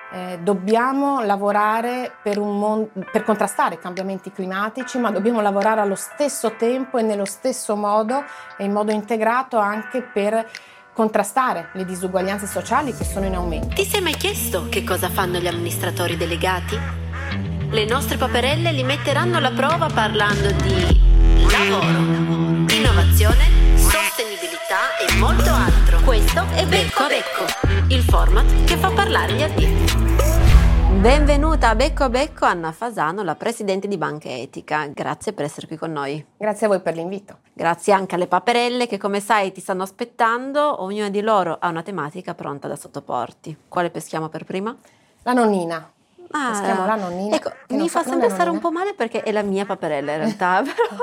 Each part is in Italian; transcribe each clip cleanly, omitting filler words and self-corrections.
Dobbiamo lavorare per contrastare i cambiamenti climatici, ma dobbiamo lavorare allo stesso tempo e nello stesso modo e in modo integrato anche per contrastare le disuguaglianze sociali che sono in aumento. Ti sei mai chiesto che cosa fanno gli amministratori delegati? Le nostre paperelle li metteranno alla prova parlando di lavoro, innovazione, sostenibilità e molto altro. Questo è Becco a Becco, il format che fa parlare gli addetti. Benvenuta a Becco Anna Fasano, la presidente di Banca Etica. Grazie per essere qui con noi. Grazie a voi per l'invito. Grazie anche alle paperelle che, come sai, ti stanno aspettando. Ognuna di loro ha una tematica pronta da sottoporti. Quale peschiamo per prima? La nonnina. Peschiamo la nonnina. Ecco, mi fa sempre stare un po' male perché è la mia paperella in realtà.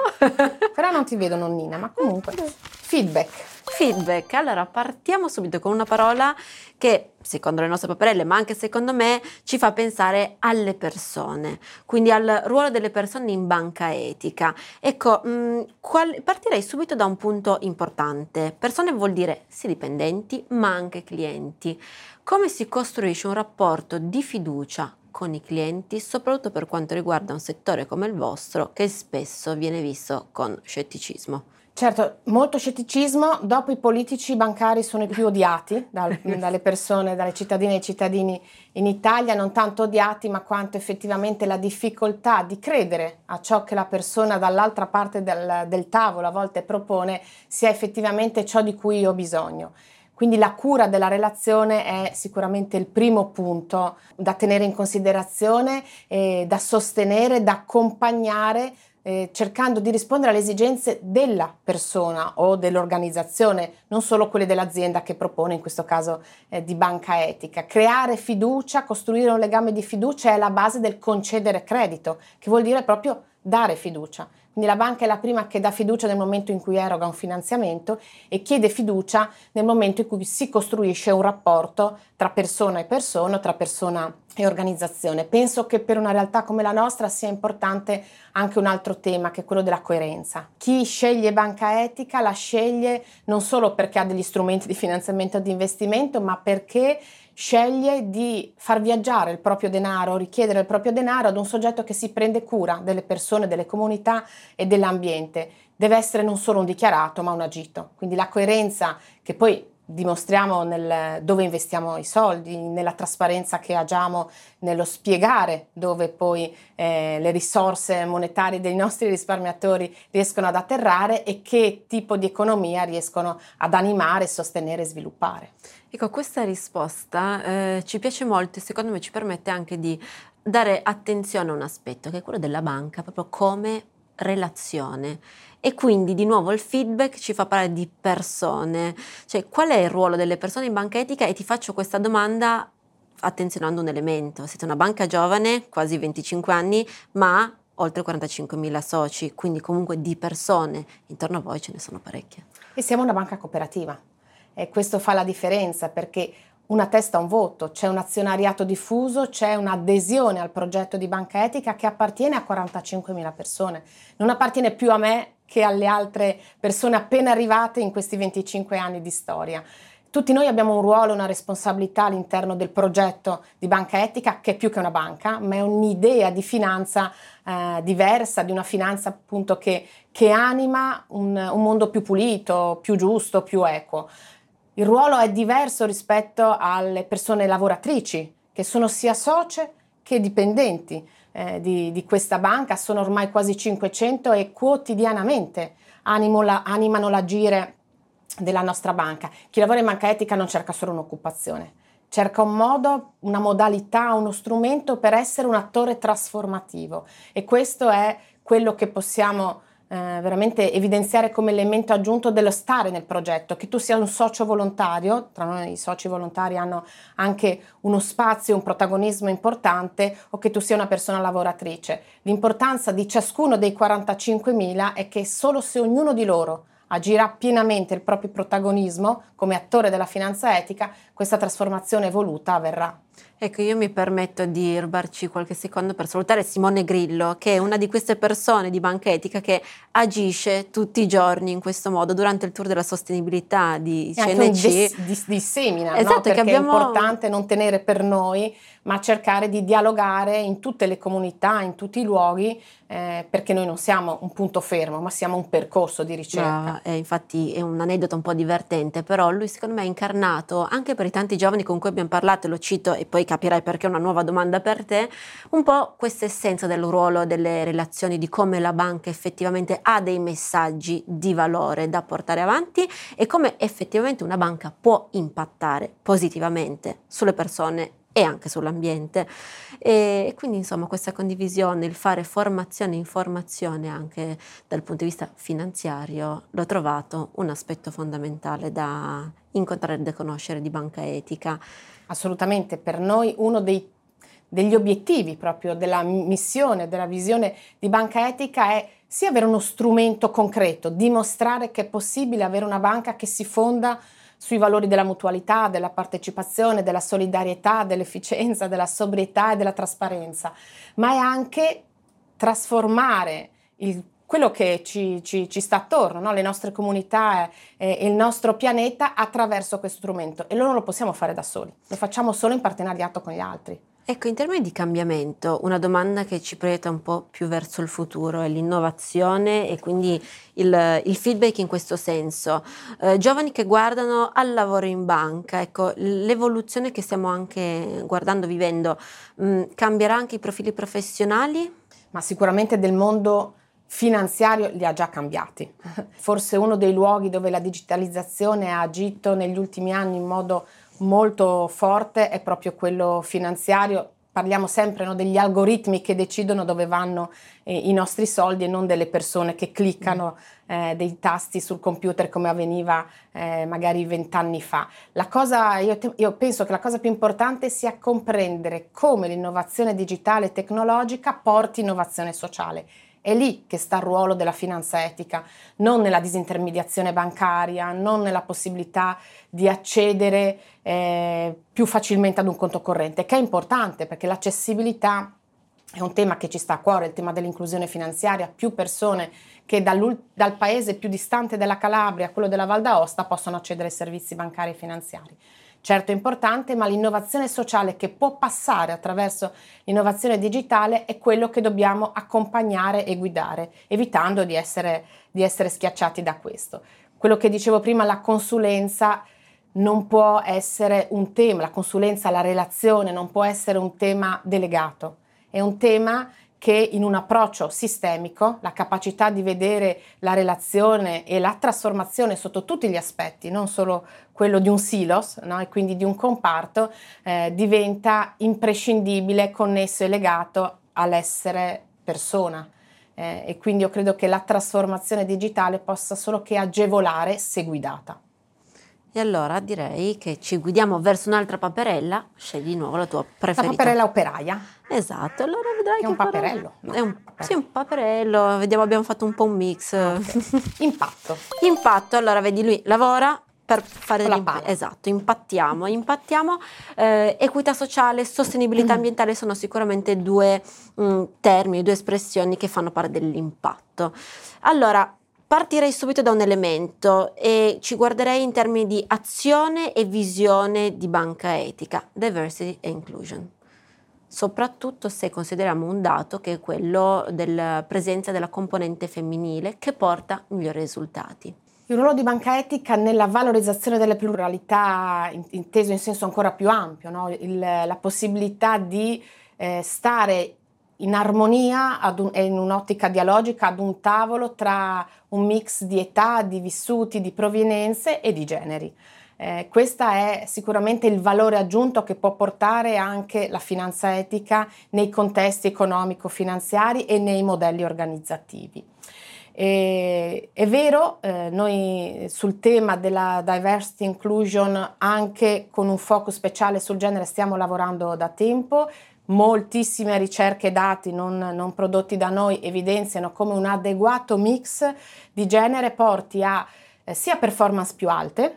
Però non ti vedo nonnina, ma comunque feedback. Allora partiamo subito con una parola che secondo le nostre paperelle, ma anche secondo me, ci fa pensare alle persone, quindi al ruolo delle persone in banca etica. Ecco, partirei subito da un punto importante. Persone vuol dire sì dipendenti, ma anche clienti. Come si costruisce un rapporto di fiducia con i clienti, soprattutto per quanto riguarda un settore come il vostro, che spesso viene visto con scetticismo? Certo, molto scetticismo. Dopo i politici bancari sono i più odiati dalle persone, dalle cittadine e cittadini in Italia, non tanto odiati ma quanto effettivamente la difficoltà di credere a ciò che la persona dall'altra parte del tavolo a volte propone sia effettivamente ciò di cui ho bisogno. Quindi la cura della relazione è sicuramente il primo punto da tenere in considerazione, da sostenere, da accompagnare, cercando di rispondere alle esigenze della persona o dell'organizzazione, non solo quelle dell'azienda che propone, in questo caso di banca etica. Creare fiducia, costruire un legame di fiducia è la base del concedere credito, che vuol dire proprio dare fiducia. Quindi la banca è la prima che dà fiducia nel momento in cui eroga un finanziamento e chiede fiducia nel momento in cui si costruisce un rapporto tra persona e persona, tra persona e organizzazione. Penso che per una realtà come la nostra sia importante anche un altro tema, che è quello della coerenza. Chi sceglie banca etica la sceglie non solo perché ha degli strumenti di finanziamento e di investimento, ma perché sceglie di far viaggiare il proprio denaro, richiedere il proprio denaro ad un soggetto che si prende cura delle persone, delle comunità e dell'ambiente. Deve essere non solo un dichiarato, ma un agito. Quindi la coerenza che poi dimostriamo nel dove investiamo i soldi, nella trasparenza che agiamo, nello spiegare dove poi le risorse monetarie dei nostri risparmiatori riescono ad atterrare e che tipo di economia riescono ad animare, sostenere e sviluppare. Ecco, questa risposta ci piace molto e secondo me ci permette anche di dare attenzione a un aspetto che è quello della banca, proprio come relazione. E quindi di nuovo il feedback ci fa parlare di persone, cioè qual è il ruolo delle persone in banca etica? E ti faccio questa domanda attenzionando un elemento: siete una banca giovane, quasi 25 anni, ma oltre 45.000 soci, quindi comunque di persone, intorno a voi ce ne sono parecchie. E siamo una banca cooperativa e questo fa la differenza, perché una testa un voto, c'è un azionariato diffuso, c'è un'adesione al progetto di banca etica che appartiene a 45.000 persone, non appartiene più a me che alle altre persone appena arrivate in questi 25 anni di storia. Tutti noi abbiamo un ruolo, una responsabilità all'interno del progetto di banca etica, che è più che una banca, ma è un'idea di finanza diversa, di una finanza appunto che anima un mondo più pulito, più giusto, più equo. Il ruolo è diverso rispetto alle persone lavoratrici, che sono sia socie che dipendenti di questa banca, sono ormai quasi 500 e quotidianamente animano l'agire della nostra banca. Chi lavora in banca etica non cerca solo un'occupazione, cerca un modo, una modalità, uno strumento per essere un attore trasformativo, e questo è quello che possiamo veramente evidenziare come elemento aggiunto dello stare nel progetto. Che tu sia un socio volontario, tra noi i soci volontari hanno anche uno spazio, un protagonismo importante, o che tu sia una persona lavoratrice. L'importanza di ciascuno dei 45.000 è che solo se ognuno di loro agirà pienamente il proprio protagonismo come attore della finanza etica, questa trasformazione voluta avverrà. Ecco, io mi permetto di rubarci qualche secondo per salutare Simone Grillo, che è una di queste persone di banca etica che agisce tutti i giorni in questo modo durante il tour della sostenibilità di CNC. Dissemina, esatto, no? Perché che abbiamo... è importante non tenere per noi, ma cercare di dialogare in tutte le comunità, in tutti i luoghi, perché noi non siamo un punto fermo, ma siamo un percorso di ricerca. Brava, infatti è un aneddoto un po' divertente, però lui secondo me ha incarnato, anche per i tanti giovani con cui abbiamo parlato, e lo cito e poi capirai perché è una nuova domanda per te, un po' questa essenza del ruolo delle relazioni, di come la banca effettivamente ha dei messaggi di valore da portare avanti e come effettivamente una banca può impattare positivamente sulle persone e anche sull'ambiente. E quindi insomma questa condivisione, il fare formazione e informazione anche dal punto di vista finanziario, l'ho trovato un aspetto fondamentale da incontrare e conoscere di banca etica. Assolutamente, per noi uno degli obiettivi proprio della missione, della visione di banca etica è sia avere uno strumento concreto, dimostrare che è possibile avere una banca che si fonda sui valori della mutualità, della partecipazione, della solidarietà, dell'efficienza, della sobrietà e della trasparenza, ma è anche trasformare quello che ci sta attorno, no? Le nostre comunità e il nostro pianeta attraverso questo strumento, e non lo possiamo fare da soli, lo facciamo solo in partenariato con gli altri. Ecco, in termini di cambiamento, una domanda che ci proietta un po' più verso il futuro è l'innovazione e quindi il feedback in questo senso. Giovani che guardano al lavoro in banca, ecco, l'evoluzione che stiamo anche guardando, vivendo, cambierà anche i profili professionali? Ma sicuramente del mondo finanziario li ha già cambiati. Forse uno dei luoghi dove la digitalizzazione ha agito negli ultimi anni in modo molto forte è proprio quello finanziario. Parliamo sempre, no, degli algoritmi che decidono dove vanno i nostri soldi e non delle persone che cliccano dei tasti sul computer come avveniva magari 20 anni fa. Io penso che la cosa più importante sia comprendere come l'innovazione digitale e tecnologica porti innovazione sociale. È lì che sta il ruolo della finanza etica, non nella disintermediazione bancaria, non nella possibilità di accedere più facilmente ad un conto corrente, che è importante perché l'accessibilità è un tema che ci sta a cuore, il tema dell'inclusione finanziaria. Più persone che dal paese più distante della Calabria a quello della Val d'Aosta possono accedere ai servizi bancari e finanziari. Certo è importante, ma l'innovazione sociale che può passare attraverso l'innovazione digitale è quello che dobbiamo accompagnare e guidare, evitando di essere schiacciati da questo. Quello che dicevo prima, la consulenza non può essere un tema, la consulenza, la relazione non può essere un tema delegato, è un tema che in un approccio sistemico, la capacità di vedere la relazione e la trasformazione sotto tutti gli aspetti, non solo quello di un silos, no? E quindi di un comparto, diventa imprescindibile, connesso e legato all'essere persona. E quindi io credo che la trasformazione digitale possa solo che agevolare se guidata. E allora direi che ci guidiamo verso un'altra paperella, scegli di nuovo la tua preferita. La paperella operaia. Esatto, allora vedrai che è un paperello. No? Sì, un paperello, vediamo, abbiamo fatto un po' un mix. Okay. Impatto. Impatto, allora vedi lui lavora per fare esatto, impattiamo. Equità sociale, sostenibilità ambientale sono sicuramente due termini, due espressioni che fanno parte dell'impatto. Allora, partirei subito da un elemento e ci guarderei in termini di azione e visione di banca etica, diversity e inclusion. Soprattutto se consideriamo un dato che è quello della presenza della componente femminile che porta migliori risultati. Il ruolo di banca etica nella valorizzazione delle pluralità, inteso in senso ancora più ampio, no? La possibilità di stare in armonia e in un'ottica dialogica ad un tavolo tra un mix di età, di vissuti, di provenienze e di generi. Questo è sicuramente il valore aggiunto che può portare anche la finanza etica nei contesti economico-finanziari e nei modelli organizzativi. È vero, noi sul tema della diversity inclusion, anche con un focus speciale sul genere, stiamo lavorando da tempo. Moltissime ricerche e dati non prodotti da noi evidenziano come un adeguato mix di genere porti a sia performance più alte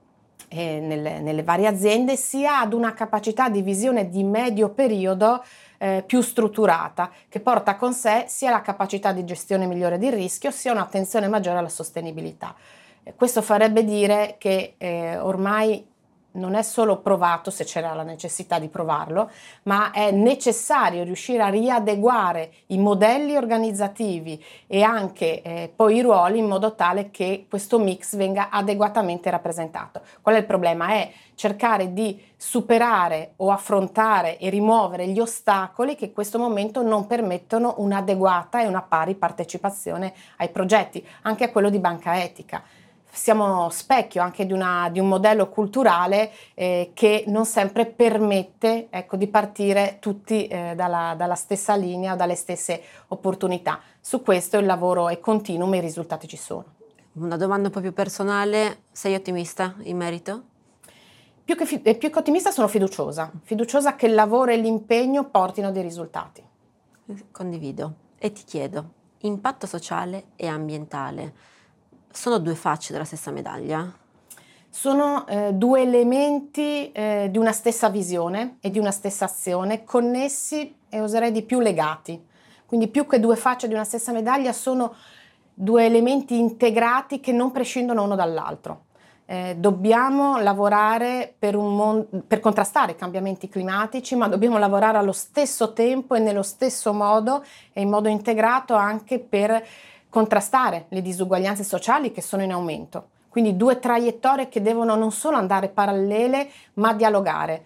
nelle varie aziende, sia ad una capacità di visione di medio periodo più strutturata, che porta con sé sia la capacità di gestione migliore del rischio, sia un'attenzione maggiore alla sostenibilità. Questo farebbe dire che ormai non è solo provato se c'era la necessità di provarlo, ma è necessario riuscire a riadeguare i modelli organizzativi e anche poi i ruoli in modo tale che questo mix venga adeguatamente rappresentato. Qual è il problema? È cercare di superare o affrontare e rimuovere gli ostacoli che in questo momento non permettono un'adeguata e una pari partecipazione ai progetti, anche a quello di banca etica. Siamo specchio anche di un modello culturale che non sempre permette, ecco, di partire tutti dalla stessa linea o dalle stesse opportunità. Su questo il lavoro è continuo, ma i risultati ci sono. Una domanda un po' più personale, sei ottimista in merito? Più che ottimista sono fiduciosa che il lavoro e l'impegno portino dei risultati. Condivido e ti chiedo, impatto sociale e ambientale sono due facce della stessa medaglia? Sono due elementi di una stessa visione e di una stessa azione, connessi e oserei di più legati. Quindi più che due facce di una stessa medaglia sono due elementi integrati che non prescindono uno dall'altro. Dobbiamo lavorare per contrastare i cambiamenti climatici, ma dobbiamo lavorare allo stesso tempo e nello stesso modo e in modo integrato anche per contrastare le disuguaglianze sociali che sono in aumento. Quindi due traiettorie che devono non solo andare parallele, ma dialogare.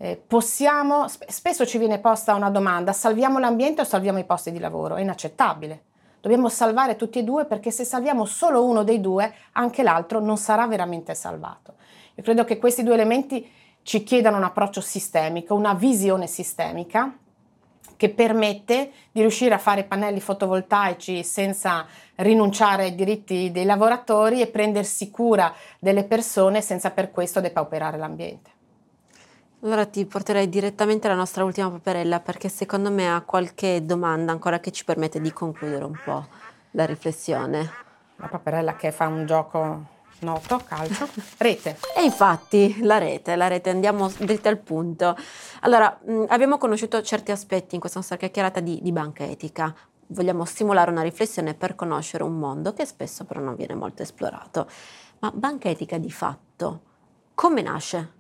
Spesso ci viene posta una domanda: salviamo l'ambiente o salviamo i posti di lavoro? È inaccettabile. Dobbiamo salvare tutti e due, perché se salviamo solo uno dei due, anche l'altro non sarà veramente salvato. Io credo che questi due elementi ci chiedano un approccio sistemico, una visione sistemica che permette di riuscire a fare pannelli fotovoltaici senza rinunciare ai diritti dei lavoratori e prendersi cura delle persone senza per questo depauperare l'ambiente. Allora ti porterei direttamente alla nostra ultima paperella, perché secondo me ha qualche domanda ancora che ci permette di concludere un po' la riflessione. La paperella che fa un gioco noto, calcio, rete. E infatti la rete, andiamo dritti al punto. Allora, abbiamo conosciuto certi aspetti in questa nostra chiacchierata di banca etica. Vogliamo stimolare una riflessione per conoscere un mondo che spesso però non viene molto esplorato. Ma banca etica di fatto, come nasce?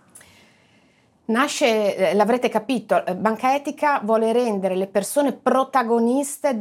Nasce, l'avrete capito, banca etica vuole rendere le persone protagoniste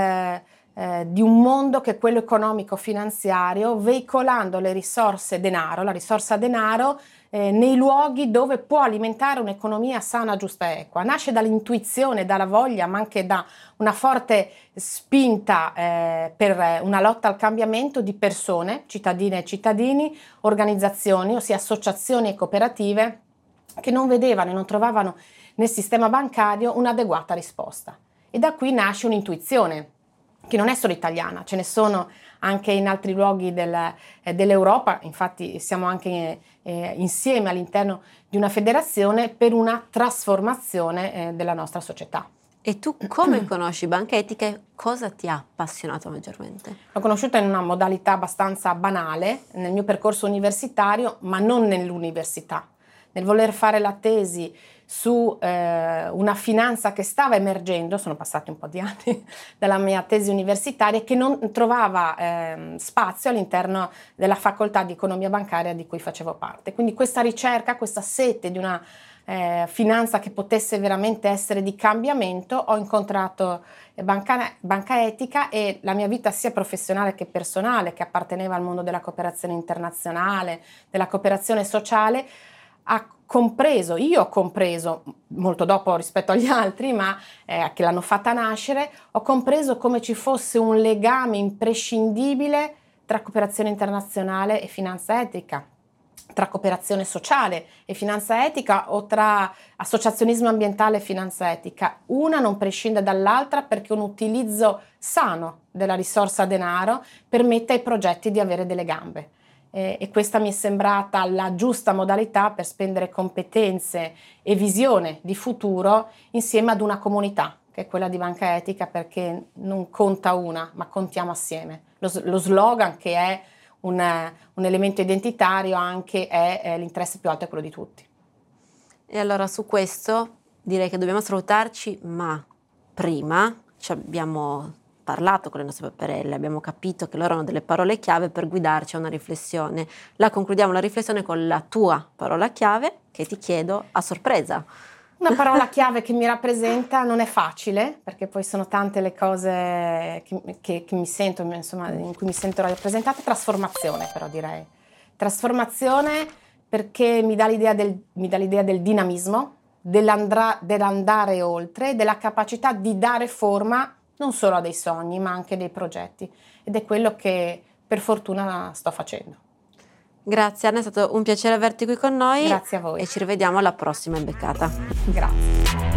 di un mondo che è quello economico-finanziario, veicolando le risorse denaro, la risorsa denaro, nei luoghi dove può alimentare un'economia sana, giusta e equa. Nasce dall'intuizione, dalla voglia, ma anche da una forte spinta per una lotta al cambiamento di persone, cittadine e cittadini, organizzazioni, ossia associazioni e cooperative, che non vedevano e non trovavano nel sistema bancario un'adeguata risposta. E da qui nasce un'intuizione che non è solo italiana, ce ne sono anche in altri luoghi dell'Europa. Infatti siamo anche insieme all'interno di una federazione per una trasformazione della nostra società. E tu come conosci banca etica e cosa ti ha appassionato maggiormente? L'ho conosciuta in una modalità abbastanza banale nel mio percorso universitario, ma non nell'università. Nel voler fare la tesi su una finanza che stava emergendo, sono passati un po' di anni dalla mia tesi universitaria, che non trovava spazio all'interno della facoltà di economia bancaria di cui facevo parte. Quindi questa ricerca, questa sete di una finanza che potesse veramente essere di cambiamento, ho incontrato banca etica, e la mia vita sia professionale che personale, che apparteneva al mondo della cooperazione internazionale, della cooperazione sociale, io ho compreso molto dopo rispetto agli altri, ma che l'hanno fatta nascere, ho compreso come ci fosse un legame imprescindibile tra cooperazione internazionale e finanza etica, tra cooperazione sociale e finanza etica, o tra associazionismo ambientale e finanza etica. Una non prescinde dall'altra, perché un utilizzo sano della risorsa denaro permette ai progetti di avere delle gambe. E questa mi è sembrata la giusta modalità per spendere competenze e visione di futuro insieme ad una comunità, che è quella di banca etica, perché non conta una, ma contiamo assieme. Lo slogan, che è un elemento identitario, anche è l'interesse più alto è quello di tutti. E allora su questo direi che dobbiamo salutarci, ma prima abbiamo parlato con le nostre paperelle, abbiamo capito che loro hanno delle parole chiave per guidarci a una riflessione. La concludiamo la riflessione con la tua parola chiave, che ti chiedo a sorpresa. Una parola chiave che mi rappresenta, non è facile, perché poi sono tante le cose che mi sento, insomma, in cui mi sento rappresentata. Trasformazione, però direi. Trasformazione perché mi dà l'idea del dinamismo, dell'andare oltre, della capacità di dare forma non solo a dei sogni, ma anche dei progetti. Ed è quello che per fortuna sto facendo. Grazie Anna, è stato un piacere averti qui con noi. Grazie a voi. E ci rivediamo alla prossima imbeccata. Grazie.